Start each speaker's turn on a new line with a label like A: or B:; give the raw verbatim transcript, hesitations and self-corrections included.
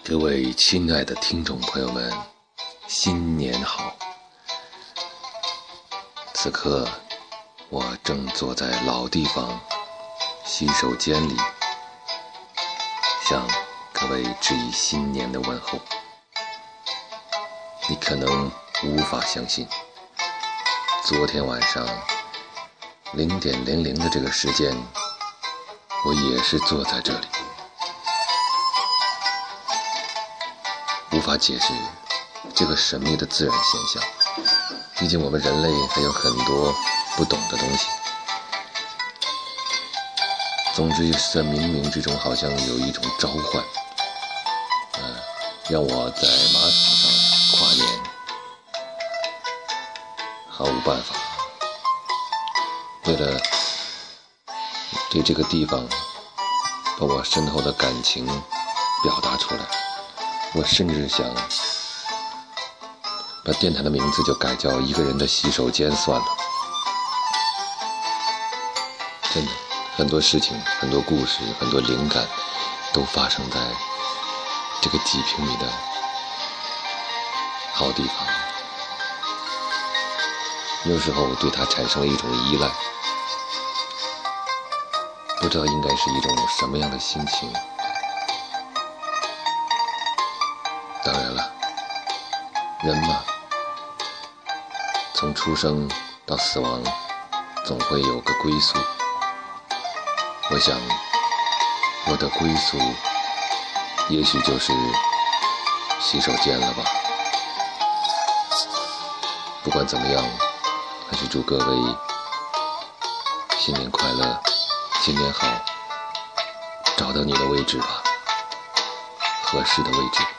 A: 各位亲爱的听众朋友们，新年好！此刻我正坐在老地方洗手间里，向各位致以新年的问候。你可能无法相信，昨天晚上零点零零的这个时间，我也是坐在这里。无法解释这个神秘的自然现象，毕竟我们人类还有很多不懂的东西。总之在冥冥之中好像有一种召唤，呃，让我在马桶上跨年，毫无办法。为了对这个地方把我深厚的感情表达出来，我甚至想把电台的名字就改叫一个人的洗手间算了。真的，很多事情，很多故事，很多灵感都发生在这个几平米的好地方。有时候我对它产生了一种依赖，不知道应该是一种什么样的心情。当然了，人嘛，从出生到死亡，总会有个归宿。我想，我的归宿，也许就是洗手间了吧。不管怎么样，还是祝各位新年快乐，新年好，找到你的位置吧，合适的位置。